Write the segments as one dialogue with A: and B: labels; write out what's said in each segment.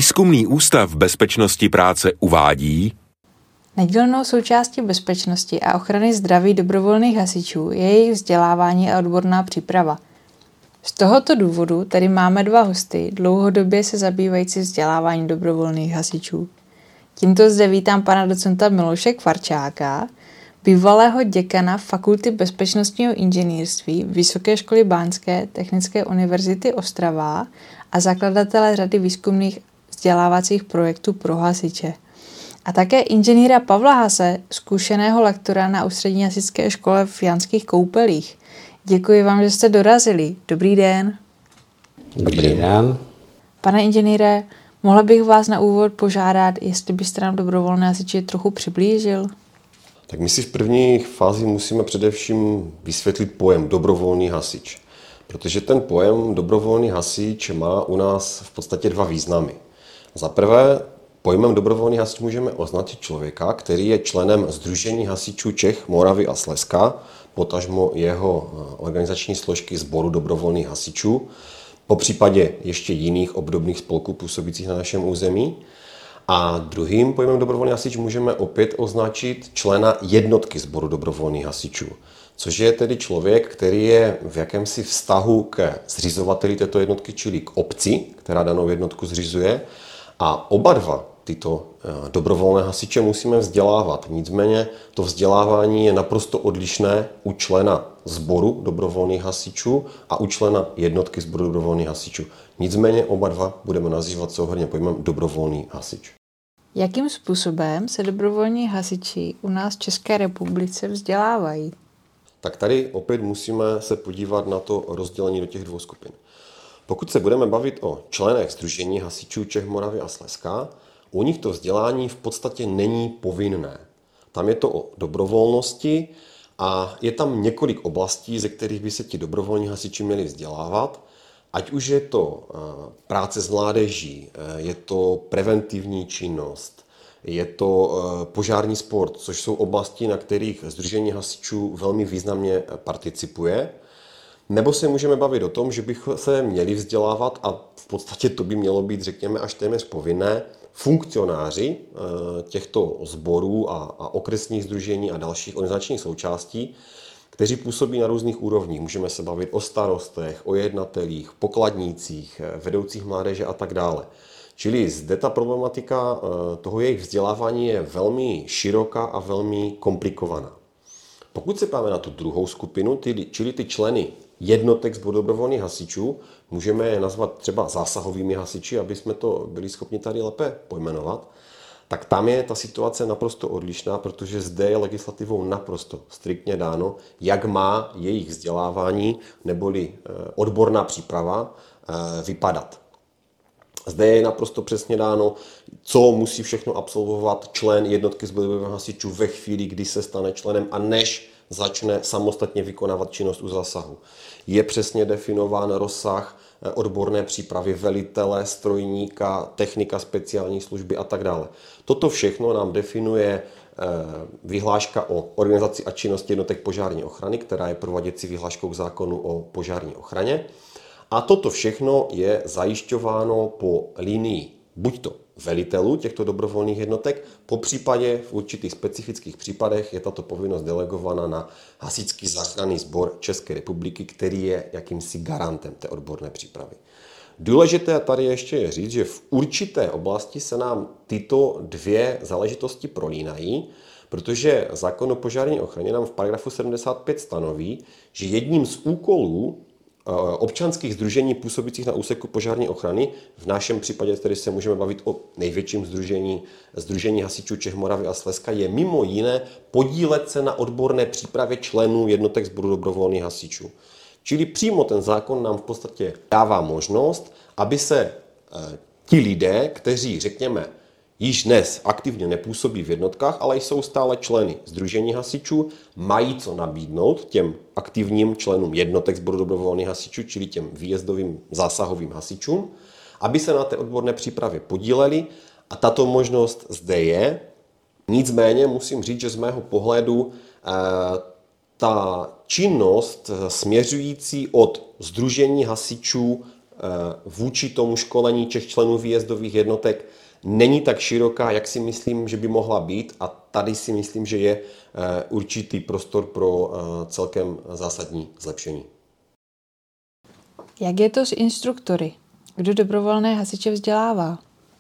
A: Výzkumný ústav bezpečnosti práce uvádí:
B: Nedílnou součástí bezpečnosti a ochrany zdraví dobrovolných hasičů je jejich vzdělávání a odborná příprava. Z tohoto důvodu tady máme dva hosty, dlouhodobě se zabývající vzděláváním dobrovolných hasičů. Tímto zde vítám pana docenta Miloše Kvarčáka, bývalého děkana Fakulty bezpečnostního inženýrství Vysoké školy báňské Technické univerzity Ostrava a zakladatele řady výzkumných vzdělávacích projektů pro hasiče. A také inženýra Pavla Hase, zkušeného lektora na ústřední hasičské škole v Janských Koupelích. Děkuji vám, že jste dorazili. Dobrý den.
C: Dobrý den.
B: Pane inženýre, mohla bych vás na úvod požádat, jestli byste nám dobrovolné hasiče trochu přiblížil?
C: Tak my si v první fázi musíme především vysvětlit pojem dobrovolný hasič. Protože ten pojem dobrovolný hasič má u nás v podstatě dva významy. Za prvé, pojmem dobrovolný hasič můžeme označit člověka, který je členem Sdružení hasičů Čech, Moravy a Slezska, potažmo jeho organizační složky Sboru dobrovolných hasičů, popřípadě ještě jiných obdobných spolků působících na našem území. A druhým pojmem dobrovolný hasič můžeme opět označit člena jednotky Sboru dobrovolných hasičů, což je tedy člověk, který je v jakémsi vztahu ke zřizovateli této jednotky, čili k obci, která danou jednotku zřizuje. A oba dva tyto dobrovolné hasiče musíme vzdělávat. Nicméně to vzdělávání je naprosto odlišné u člena sboru dobrovolných hasičů a u člena jednotky sboru dobrovolných hasičů. Nicméně oba dva budeme nazývat souhrnně pojmem dobrovolný hasič.
B: Jakým způsobem se dobrovolní hasiči u nás v České republice vzdělávají?
C: Tak tady opět musíme se podívat na to rozdělení do těch dvou skupin. Pokud se budeme bavit o členech Sdružení hasičů Čech, Moravy a Slezska, u nich to vzdělání v podstatě není povinné. Tam je to o dobrovolnosti a je tam několik oblastí, ze kterých by se ti dobrovolní hasiči měli vzdělávat. Ať už je to práce s mládeží, je to preventivní činnost, je to požární sport, což jsou oblasti, na kterých Sdružení hasičů velmi významně participuje. Nebo se můžeme bavit o tom, že bychom se měli vzdělávat, a v podstatě to by mělo být, řekněme, až téměř povinné, funkcionáři těchto sborů a okresních sdružení a dalších organizačních součástí, kteří působí na různých úrovních. Můžeme se bavit o starostech, o jednatelích, pokladnících, vedoucích mládeže a tak dále. Čili zde ta problematika toho jejich vzdělávání je velmi široká a velmi komplikovaná. Pokud se páme na tu druhou skupinu, čili ty členy jednotek sboru dobrovolných hasičů, můžeme je nazvat třeba zásahovými hasiči, aby jsme to byli schopni tady lépe pojmenovat, tak tam je ta situace naprosto odlišná, protože zde je legislativou naprosto striktně dáno, jak má jejich vzdělávání neboli odborná příprava vypadat. Zde je naprosto přesně dáno, co musí všechno absolvovat člen jednotky sboru dobrovolných hasičů ve chvíli, kdy se stane členem a než začne samostatně vykonávat činnost u zásahu. Je přesně definován rozsah odborné přípravy velitele, strojníka, technika speciální služby a tak dále. Toto všechno nám definuje vyhláška o organizaci a činnosti jednotek požární ochrany, která je prováděcí vyhláškou k zákonu o požární ochraně. A toto všechno je zajišťováno po linii buďto velitelů těchto dobrovolných jednotek, popřípadě v určitých specifických případech je tato povinnost delegovaná na Hasičský záchranný sbor České republiky, který je jakýmsi garantem té odborné přípravy. Důležité tady ještě je říct, že v určité oblasti se nám tyto dvě záležitosti prolínají, protože zákon o požární ochraně nám v paragrafu 75 stanoví, že jedním z úkolů občanských sdružení působících na úseku požární ochrany, v našem případě tedy se můžeme bavit o největším sdružení hasičů Čech, Moravy a Slezska, je mimo jiné podílet se na odborné přípravě členů jednotek sboru dobrovolných hasičů. Čili přímo ten zákon nám v podstatě dává možnost, aby se ti lidé, kteří, řekněme, již dnes aktivně nepůsobí v jednotkách, ale jsou stále členy sdružení hasičů, mají co nabídnout těm aktivním členům jednotek sboru dobrovolných hasičů, čili těm výjezdovým zásahovým hasičům, aby se na té odborné přípravě podíleli, a tato možnost zde je. Nicméně musím říct, že z mého pohledu ta činnost směřující od sdružení hasičů vůči tomu školení těch členů výjezdových jednotek není tak široká, jak si myslím, že by mohla být, a tady si myslím, že je určitý prostor pro celkem zásadní zlepšení.
B: Jak je to s instruktory? Kdo dobrovolné hasiče vzdělává?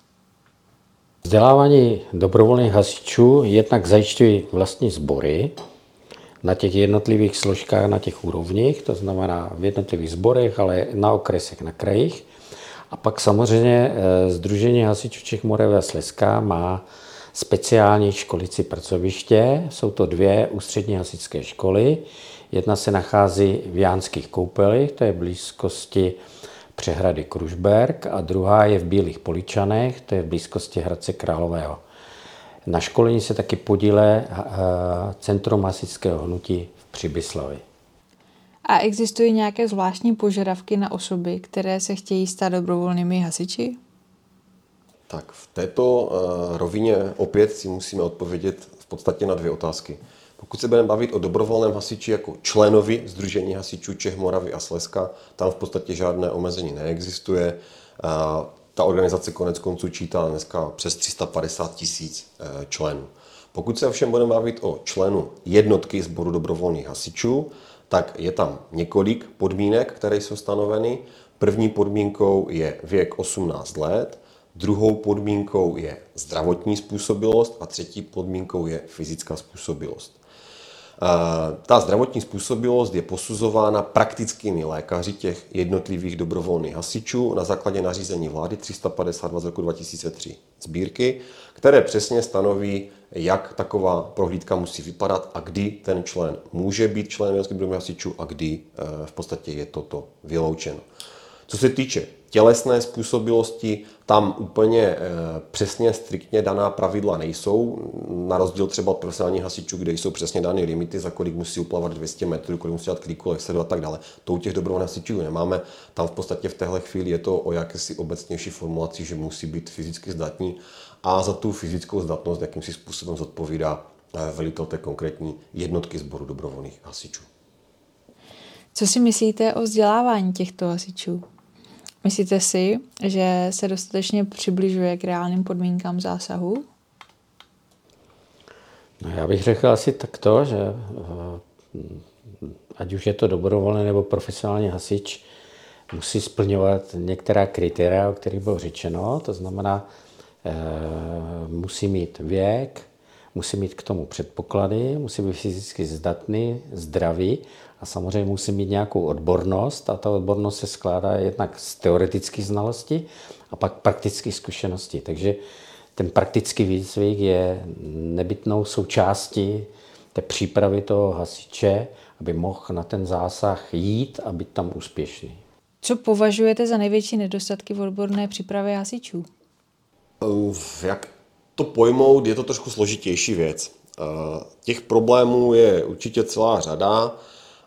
D: Vzdělávání dobrovolných hasičů jednak zajišťují vlastní sbory na těch jednotlivých složkách, na těch úrovních, to znamená v jednotlivých sborech, ale na okresech, na krajích. A pak samozřejmě Sdružení hasičů Čech, Moravy a Slezska má speciální školicí pracoviště. Jsou to 2 ústřední hasičské školy. Jedna se nachází v Jánských Koupelích, to je v blízkosti přehrady Kružberk, a druhá je v Bílých Poličanech, to je v blízkosti Hradce Králové. Na školení se taky podílí Centrum hasičského hnutí v Přibyslavi.
B: A existují nějaké zvláštní požadavky na osoby, které se chtějí stát dobrovolnými hasiči?
C: Tak v této rovině opět si musíme odpovědět v podstatě na 2 otázky. Pokud se budeme bavit o dobrovolném hasiči jako členovi Sdružení hasičů Čech, Moravy a Slezska, tam v podstatě žádné omezení neexistuje. Ta organizace konec konců čítá dneska přes 350 000 členů. Pokud se ovšem budeme bavit o členu jednotky sboru dobrovolných hasičů, tak je tam několik podmínek, které jsou stanoveny. První podmínkou je věk 18 let, druhou podmínkou je zdravotní způsobilost a třetí podmínkou je fyzická způsobilost. Ta zdravotní způsobilost je posuzována praktickými lékaři těch jednotlivých dobrovolných hasičů na základě nařízení vlády 352 z roku 2003 sbírky, které přesně stanoví, jak taková prohlídka musí vypadat a kdy ten člen může být členem jednotky dobrovolných hasičů a kdy v podstatě je toto vyloučeno. Co se týče tělesné způsobilosti, tam úplně přesně striktně daná pravidla nejsou, na rozdíl třeba od profesionálních hasičů, kde jsou přesně dané limity, za kolik musí uplavat 200 metrů, kolik musí dělat kliku, a tak dále. To u těch dobrovolných hasičů nemáme. Tam v podstatě v téhle chvíli je to o jakési obecnější formulaci, že musí být fyzicky zdatní a za tu fyzickou zdatnost jakýmsi způsobem zodpovídá velitel té konkrétní jednotky sboru dobrovolných hasičů.
B: Co si myslíte o vzdělávání těchto hasičů? Myslíte si, že se dostatečně přibližuje k reálným podmínkám zásahu?
D: No, já bych řekl asi takto, že ať už je to dobrovolný nebo profesionální hasič, musí splňovat některá kritéria, o kterých bylo řečeno. To znamená, musí mít věk, musí mít k tomu předpoklady, musí být fyzicky zdatný, zdravý a samozřejmě musí mít nějakou odbornost a ta odbornost se skládá jednak z teoretických znalostí a pak praktických zkušeností. Takže ten praktický výcvik je nebytnou součástí té přípravy toho hasiče, aby mohl na ten zásah jít a být tam úspěšný.
B: Co považujete za největší nedostatky v odborné přípravě hasičů?
C: Jak to pojmout, je to trošku složitější věc. Těch problémů je určitě celá řada.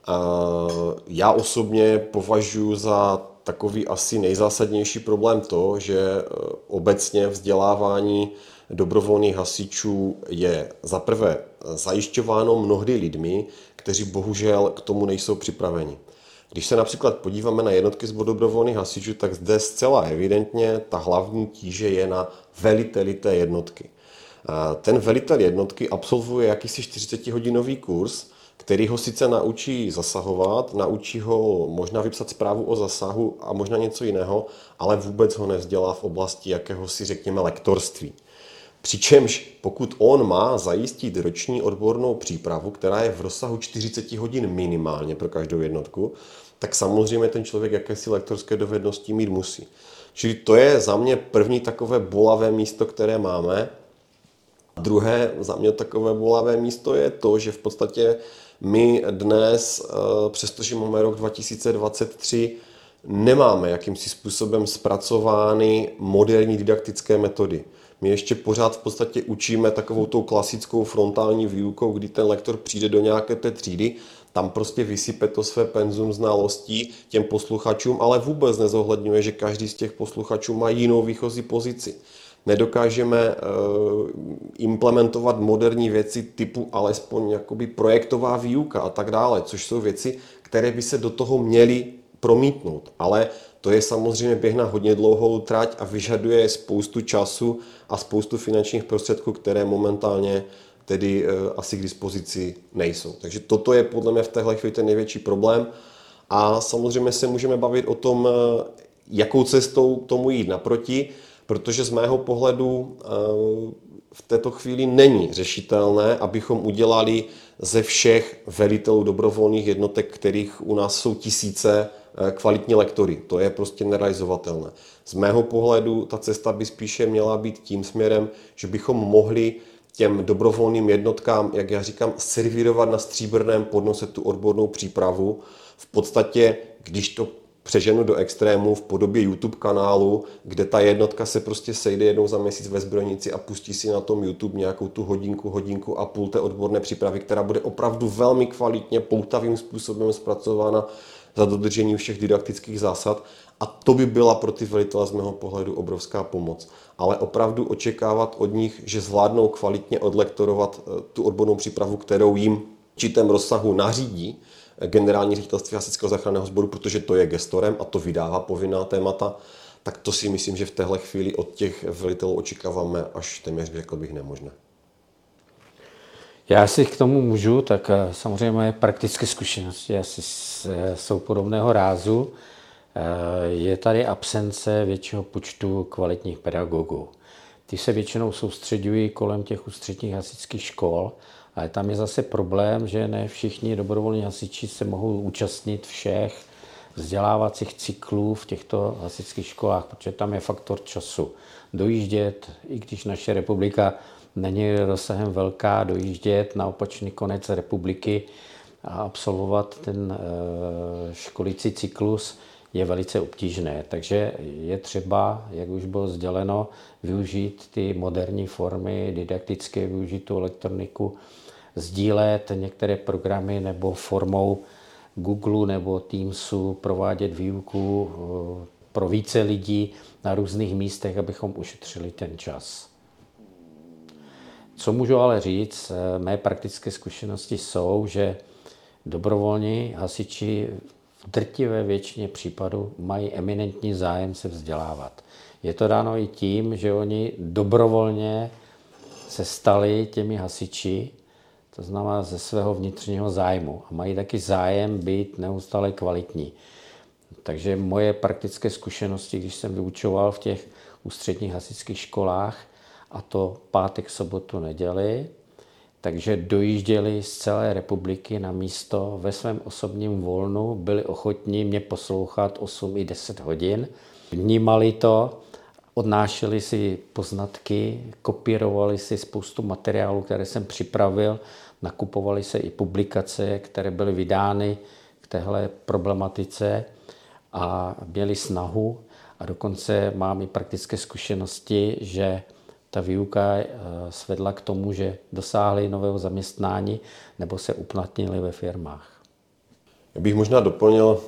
C: Já osobně považuji za takový asi nejzásadnější problém to, že obecně vzdělávání dobrovolných hasičů je zaprvé zajišťováno mnohdy lidmi, kteří bohužel k tomu nejsou připraveni. Když se například podíváme na jednotky sboru dobrovolných hasičů, tak zde zcela evidentně ta hlavní tíže je na veliteli té jednotky. Ten velitel jednotky absolvuje jakýsi 40-hodinový kurz, který ho sice naučí zasahovat, naučí ho možná vypsat zprávu o zasahu a možná něco jiného, ale vůbec ho nevzdělá v oblasti jakéhosi, řekněme, lektorství. Přičemž pokud on má zajistit roční odbornou přípravu, která je v rozsahu 40 hodin minimálně pro každou jednotku, tak samozřejmě ten člověk jakési lektorské dovednosti mít musí. Čili to je za mě první takové bolavé místo, které máme. Druhé za mě takové bolavé místo je to, že v podstatě my dnes, přestože máme rok 2023, nemáme jakýmsi způsobem zpracovány moderní didaktické metody. My ještě pořád v podstatě učíme takovou tou klasickou frontální výukou, kdy ten lektor přijde do nějaké té třídy, tam prostě vysype to své penzum znalostí těm posluchačům, ale vůbec nezohledňuje, že každý z těch posluchačů má jinou výchozí pozici. Nedokážeme implementovat moderní věci typu alespoň jakoby projektová výuka a tak dále, což jsou věci, které by se do toho měly promítnout. Ale to je samozřejmě běh na hodně dlouhou trať a vyžaduje spoustu času a spoustu finančních prostředků, které momentálně tedy asi k dispozici nejsou. Takže toto je podle mě v téhle chvíli ten největší problém. A samozřejmě se můžeme bavit o tom, jakou cestou tomu jít naproti, protože z mého pohledu v této chvíli není řešitelné, abychom udělali ze všech velitelů dobrovolných jednotek, kterých u nás jsou tisíce, kvalitní lektory. To je prostě nerealizovatelné. Z mého pohledu ta cesta by spíše měla být tím směrem, že bychom mohli těm dobrovolným jednotkám, jak já říkám, servírovat na stříbrném podnose tu odbornou přípravu. V podstatě, když to přeženu do extrému, v podobě YouTube kanálu, kde ta jednotka se prostě sejde jednou za měsíc ve Zbrojnici a pustí si na tom YouTube nějakou tu hodinku a půl té odborné přípravy, která bude opravdu velmi kvalitně, poutavým způsobem zpracována za dodržení všech didaktických zásad. A to by byla pro ty velitele z mého pohledu obrovská pomoc. Ale opravdu očekávat od nich, že zvládnou kvalitně odlektorovat tu odbornou přípravu, kterou jim v určitém rozsahu nařídí Generální ředitelství Hasičského záchranného sboru, protože to je gestorem a to vydává povinná témata, tak to si myslím, že v téhle chvíli od těch velitelů očekáváme až téměř, řekl bych, nemožné.
D: Já si k tomu můžu, tak samozřejmě moje praktické zkušenosti asi jsou podobného rázu. Je tady absence většího počtu kvalitních pedagogů. Ty se většinou soustředují kolem těch ústředních hasičských škol, ale tam je zase problém, že ne všichni dobrovolní hasiči se mohou účastnit všech vzdělávacích cyklů v těchto hasičských školách, protože tam je faktor času. Dojíždět, i když naše republika není rozsahem velká, dojíždět na opačný konec republiky a absolvovat ten školící cyklus je velice obtížné. Takže je třeba, jak už bylo sděleno, využít ty moderní formy didaktické, využít tu elektroniku, sdílet některé programy nebo formou Google nebo Teamsu provádět výuku pro více lidí na různých místech, abychom ušetřili ten čas. Co můžu ale říct, mé praktické zkušenosti jsou, že dobrovolní hasiči v drtivé většině případů mají eminentní zájem se vzdělávat. Je to dáno i tím, že oni dobrovolně se stali těmi hasiči, to znamená ze svého vnitřního zájmu a mají taky zájem být neustále kvalitní. Takže moje praktické zkušenosti, když jsem vyučoval v těch ústředních hasičských školách, a to pátek, sobotu, neděli, takže dojížděli z celé republiky na místo ve svém osobním volnu, byli ochotní mě poslouchat 8 i 10 hodin, vnímali to, odnášeli si poznatky, kopírovali si spoustu materiálů, které jsem připravil, nakupovali se i publikace, které byly vydány k téhle problematice a měli snahu a dokonce mám i praktické zkušenosti, že ta výuka svedla k tomu, že dosáhli nového zaměstnání nebo se uplatnili ve firmách.
C: Já bych možná doplnil,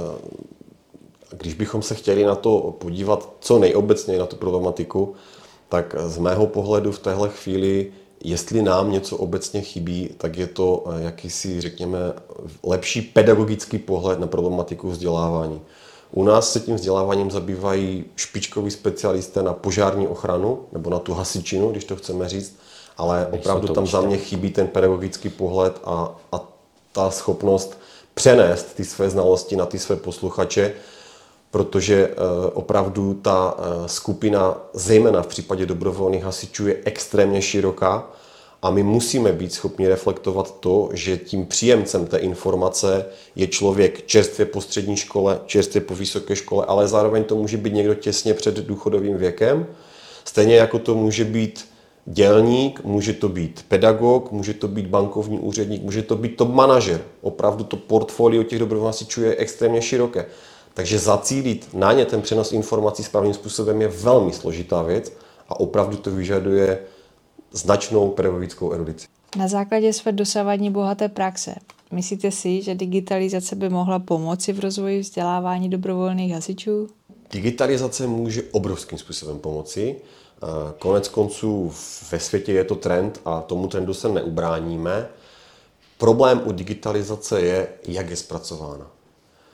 C: když bychom se chtěli na to podívat co nejobecněji na tu problematiku, tak z mého pohledu v téhle chvíli, jestli nám něco obecně chybí, tak je to jakýsi, řekněme, lepší pedagogický pohled na problematiku vzdělávání. U nás se tím vzděláváním zabývají špičkoví specialisté na požární ochranu, nebo na tu hasičinu, když to chceme říct, ale opravdu tam za mě chybí ten pedagogický pohled a ta schopnost přenést ty své znalosti na ty své posluchače, protože opravdu ta skupina, zejména v případě dobrovolných hasičů, je extrémně široká a my musíme být schopni reflektovat to, že tím příjemcem té informace je člověk čerstvě po střední škole, čerstvě po vysoké škole, ale zároveň to může být někdo těsně před důchodovým věkem. Stejně jako to může být dělník, může to být pedagog, může to být bankovní úředník, může to být top manažer. Opravdu to portfolio těch dobrovolných hasičů je extrémně široké. Takže zacílit na ně ten přenos informací správným způsobem je velmi složitá věc a opravdu to vyžaduje značnou pedagogickou erudici.
B: Na základě své dosavadní bohaté praxe, myslíte si, že digitalizace by mohla pomoci v rozvoji vzdělávání dobrovolných hasičů?
C: Digitalizace může obrovským způsobem pomoci. Konec konců ve světě je to trend a tomu trendu se neubráníme. Problém u digitalizace je, jak je zpracována.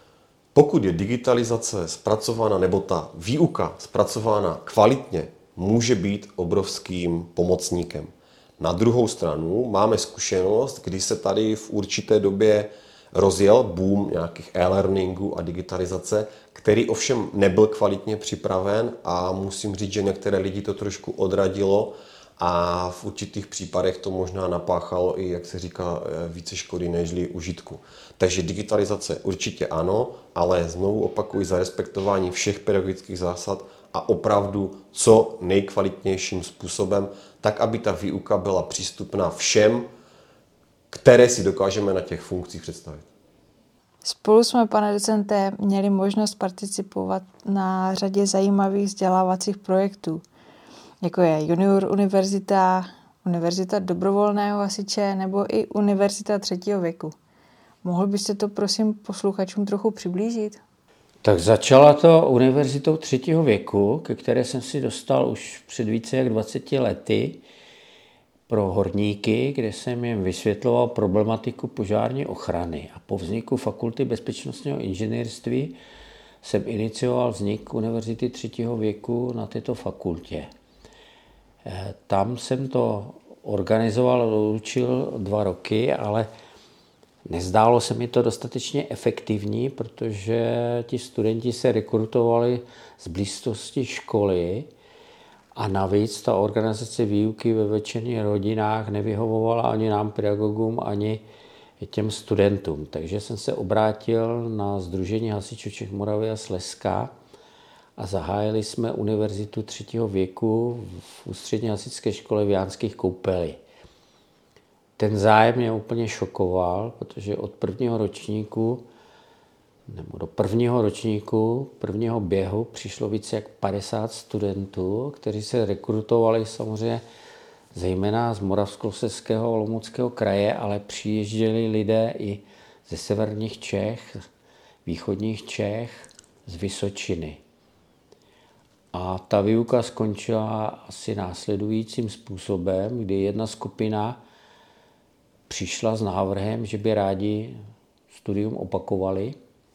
C: Pokud je digitalizace zpracována nebo ta výuka zpracována kvalitně, může být obrovským pomocníkem. Na druhou stranu máme zkušenost, kdy se tady v určité době rozjel boom nějakých e-learningů a digitalizace, který ovšem nebyl kvalitně připraven a musím říct, že některé lidi to trošku odradilo a v určitých případech to možná napáchalo i, jak se říká, více škody nežli užitku. Takže digitalizace určitě ano, ale znovu opakuji za respektování všech pedagogických zásad a opravdu co nejkvalitnějším způsobem, tak aby ta výuka byla přístupná všem, které si dokážeme na těch funkcích představit.
B: Spolu jsme, pane docente, měli možnost participovat na řadě zajímavých vzdělávacích projektů, jako je Junior univerzita, Univerzita dobrovolného hasiče nebo i Univerzita 3. věku. Mohl byste to, prosím, posluchačům trochu přiblížit?
D: Tak začala to Univerzitou 3. věku, ke které jsem si dostal už před více jak 20 lety pro horníky, kde jsem jim vysvětloval problematiku požární ochrany. A po vzniku Fakulty bezpečnostního inženýrství jsem inicioval vznik Univerzity 3. věku na této fakultě. Tam jsem to organizoval a učil 2 roky, ale nezdálo se mi to dostatečně efektivní, protože ti studenti se rekrutovali z blízkosti školy a navíc ta organizace výuky ve večerních rodinách nevyhovovala ani nám pedagogům, ani těm studentům. Takže jsem se obrátil na Sdružení hasičů Čech, Moravy a Slezska a zahájili jsme Univerzitu 3. věku v Ústřední hasičské škole v Jánských Koupelích. Ten zájem mě úplně šokoval, protože od prvního ročníku nebo do prvního ročníku, prvního běhu přišlo více jak 50 studentů, kteří se rekrutovali samozřejmě zejména z Moravskoslezského a Olomouckého kraje, ale přijížděli lidé i ze severních Čech, východních Čech, z Vysočiny. A ta výuka skončila asi následujícím způsobem, kdy jedna skupina přišla s návrhem, že by rádi studium opakovali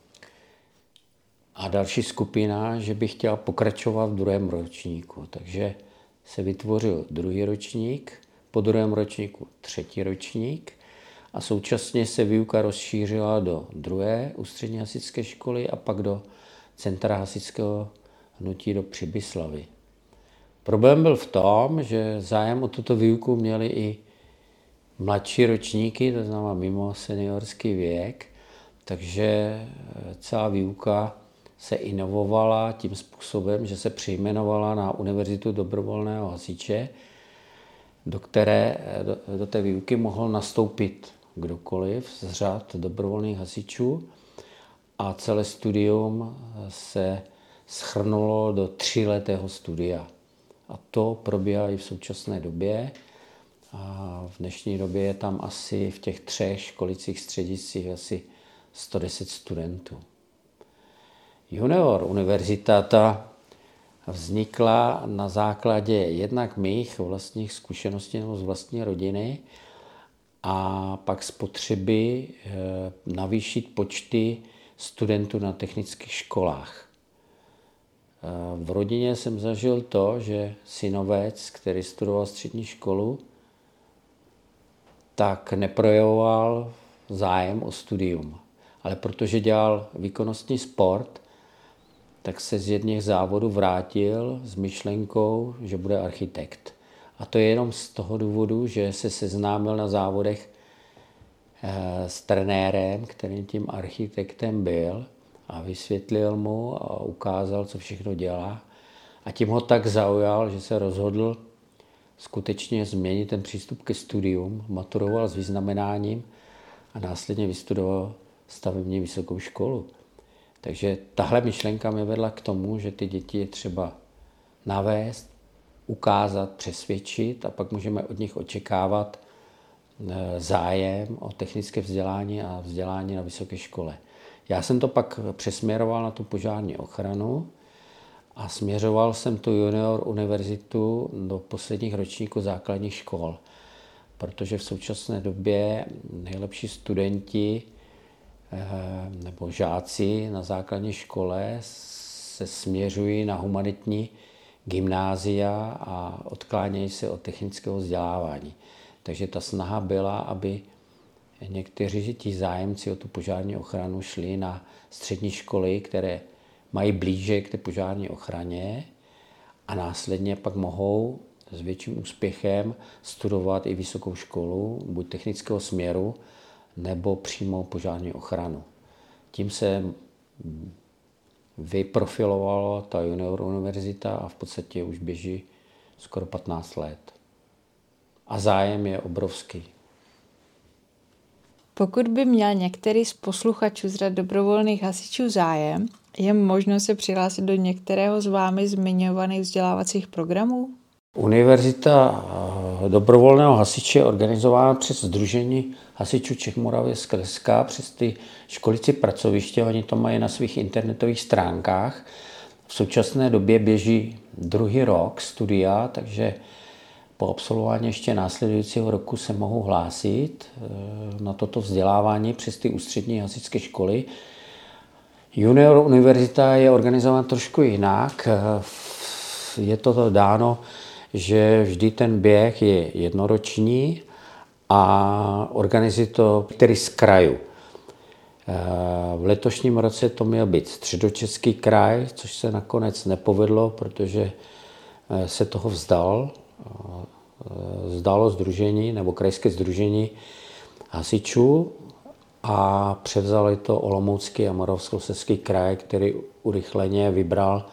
D: a další skupina, že by chtěla pokračovat v 2. ročníku. Takže se vytvořil 2. ročník, po 2. ročníku 3. ročník a současně se výuka rozšířila do 2. ústřední hasičské školy a pak do Centra hasičského hnutí do Přibyslavy. Problém byl v tom, že zájem o tuto výuku měli i mladší ročníky, to znamená mimo seniorský věk, takže celá výuka se inovovala tím způsobem, že se přejmenovala na Univerzitu dobrovolného hasiče, do té výuky mohl nastoupit kdokoliv z řad dobrovolných hasičů a celé studium se shrnulo do 3letého studia. A to probíhá i v současné době. A v dnešní době je tam asi v těch 3 školicích střediscích asi 110 studentů. Junior univerzita ta vznikla na základě jednak mých vlastních zkušeností nebo z vlastní rodiny a pak z potřeby navýšit počty studentů na technických školách. V rodině jsem zažil to, že synovec, který studoval střední školu, tak neprojevoval zájem o studium. Ale protože dělal výkonnostní sport, tak se z jedných závodů vrátil s myšlenkou, že bude architekt. A to je jenom z toho důvodu, že se seznámil na závodech s trenérem, který tím architektem byl a vysvětlil mu a ukázal, co všechno dělá. A tím ho tak zaujal, že se rozhodl skutečně změnit ten přístup ke studium, maturoval s vyznamenáním a následně vystudoval stavební vysokou školu. Takže tahle myšlenka mě vedla k tomu, že ty děti je třeba navést, ukázat, přesvědčit a pak můžeme od nich očekávat zájem o technické vzdělání a vzdělání na vysoké škole. Já jsem to pak přesměroval na tu požární ochranu a směřoval jsem tu junior univerzitu do posledních ročníků základních škol, protože v současné době nejlepší studenti nebo žáci na základní škole se směřují na humanitní gymnázia a odklánějí se od technického vzdělávání. Takže ta snaha byla, aby někteří ti zájemci o tu požární ochranu šli na střední školy, které mají blíže k té požární ochraně a následně pak mohou s větším úspěchem studovat i vysokou školu, buď technického směru, nebo přímo požární ochranu. Tím se vyprofilovala ta junior univerzita a v podstatě už běží skoro 15 let. A zájem je obrovský.
B: Pokud by měl některý z posluchačů z řad dobrovolných hasičů zájem, je možno se přihlásit do některého z vámi zmiňovaných vzdělávacích programů?
D: Univerzita dobrovolného hasiče je organizována přes Sdružení hasičů Čech, Moravy, Slezska, přes ty školicí pracoviště. Oni to mají na svých internetových stránkách. V současné době běží 2. rok studia, takže po absolvování ještě následujícího roku se mohou hlásit na toto vzdělávání přes ty ústřední hasičské školy. Junior univerzita je organizována trošku jinak. Je to dáno, že vždy ten běh je jednoroční a organizuje to který z krajů. V letošním roce to měl být Středočeský kraj, což se nakonec nepovedlo, protože se toho vzdalo sdružení nebo krajské sdružení hasičů a převzali to Olomoucký a Moravskoslezský kraj, který urychleně vybral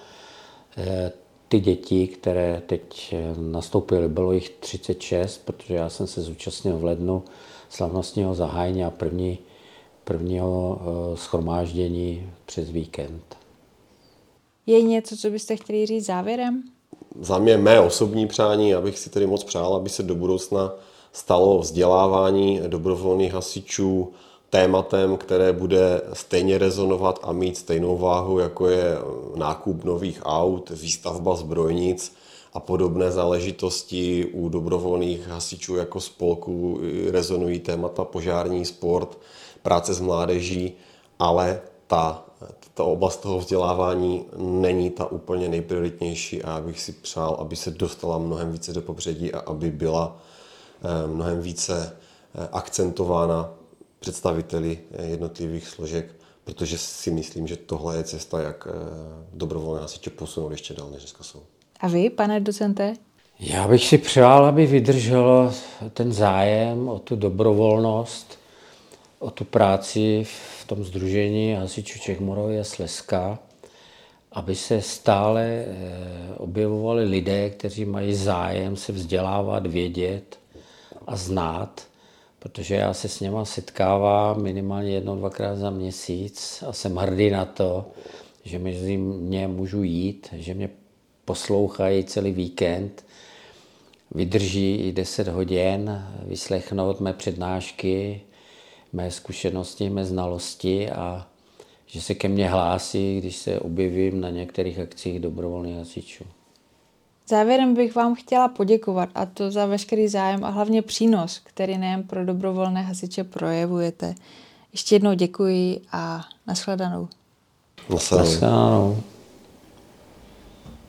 D: ty děti, které teď nastoupily. Bylo jich 36, protože já jsem se zúčastnil v lednu slavnostního zahájení a prvního shromáždění přes víkend.
B: Je něco, co byste chtěli říct závěrem?
C: Za mě mé osobní přání, abych si tedy moc přál, aby se do budoucna stalo vzdělávání dobrovolných hasičů tématem, které bude stejně rezonovat a mít stejnou váhu, jako je nákup nových aut, výstavba zbrojnic a podobné záležitosti. U dobrovolných hasičů jako spolku rezonují témata požární, sport, práce s mládeží, ale ta oblast toho vzdělávání není ta úplně nejprioritnější a abych si přál, aby se dostala mnohem více do popředí a aby byla mnohem více akcentována představiteli jednotlivých složek, protože si myslím, že tohle je cesta, jak dobrovolné hasiče posunout ještě dál, než dneska jsou.
B: A vy, pane docente?
D: Já bych si přál, aby vydržel ten zájem o tu dobrovolnost, o tu práci v tom sdružení hasičů Čech, Moravy a Slezska, aby se stále objevovali lidé, kteří mají zájem se vzdělávat, vědět a znát, protože já se s něma setkávám minimálně 1-2krát za měsíc a jsem hrdý na to, že mezi mě můžu jít, že mě poslouchají celý víkend, vydrží i 10 hodin, vyslechnout mé přednášky, mé zkušenosti, mé znalosti a že se ke mně hlásí, když se objevím na některých akcích dobrovolných hasičů.
B: Závěrem bych vám chtěla poděkovat, a to za veškerý zájem a hlavně přínos, který nejen pro dobrovolné hasiče projevujete. Ještě jednou děkuji a nashledanou.
C: Nashledanou.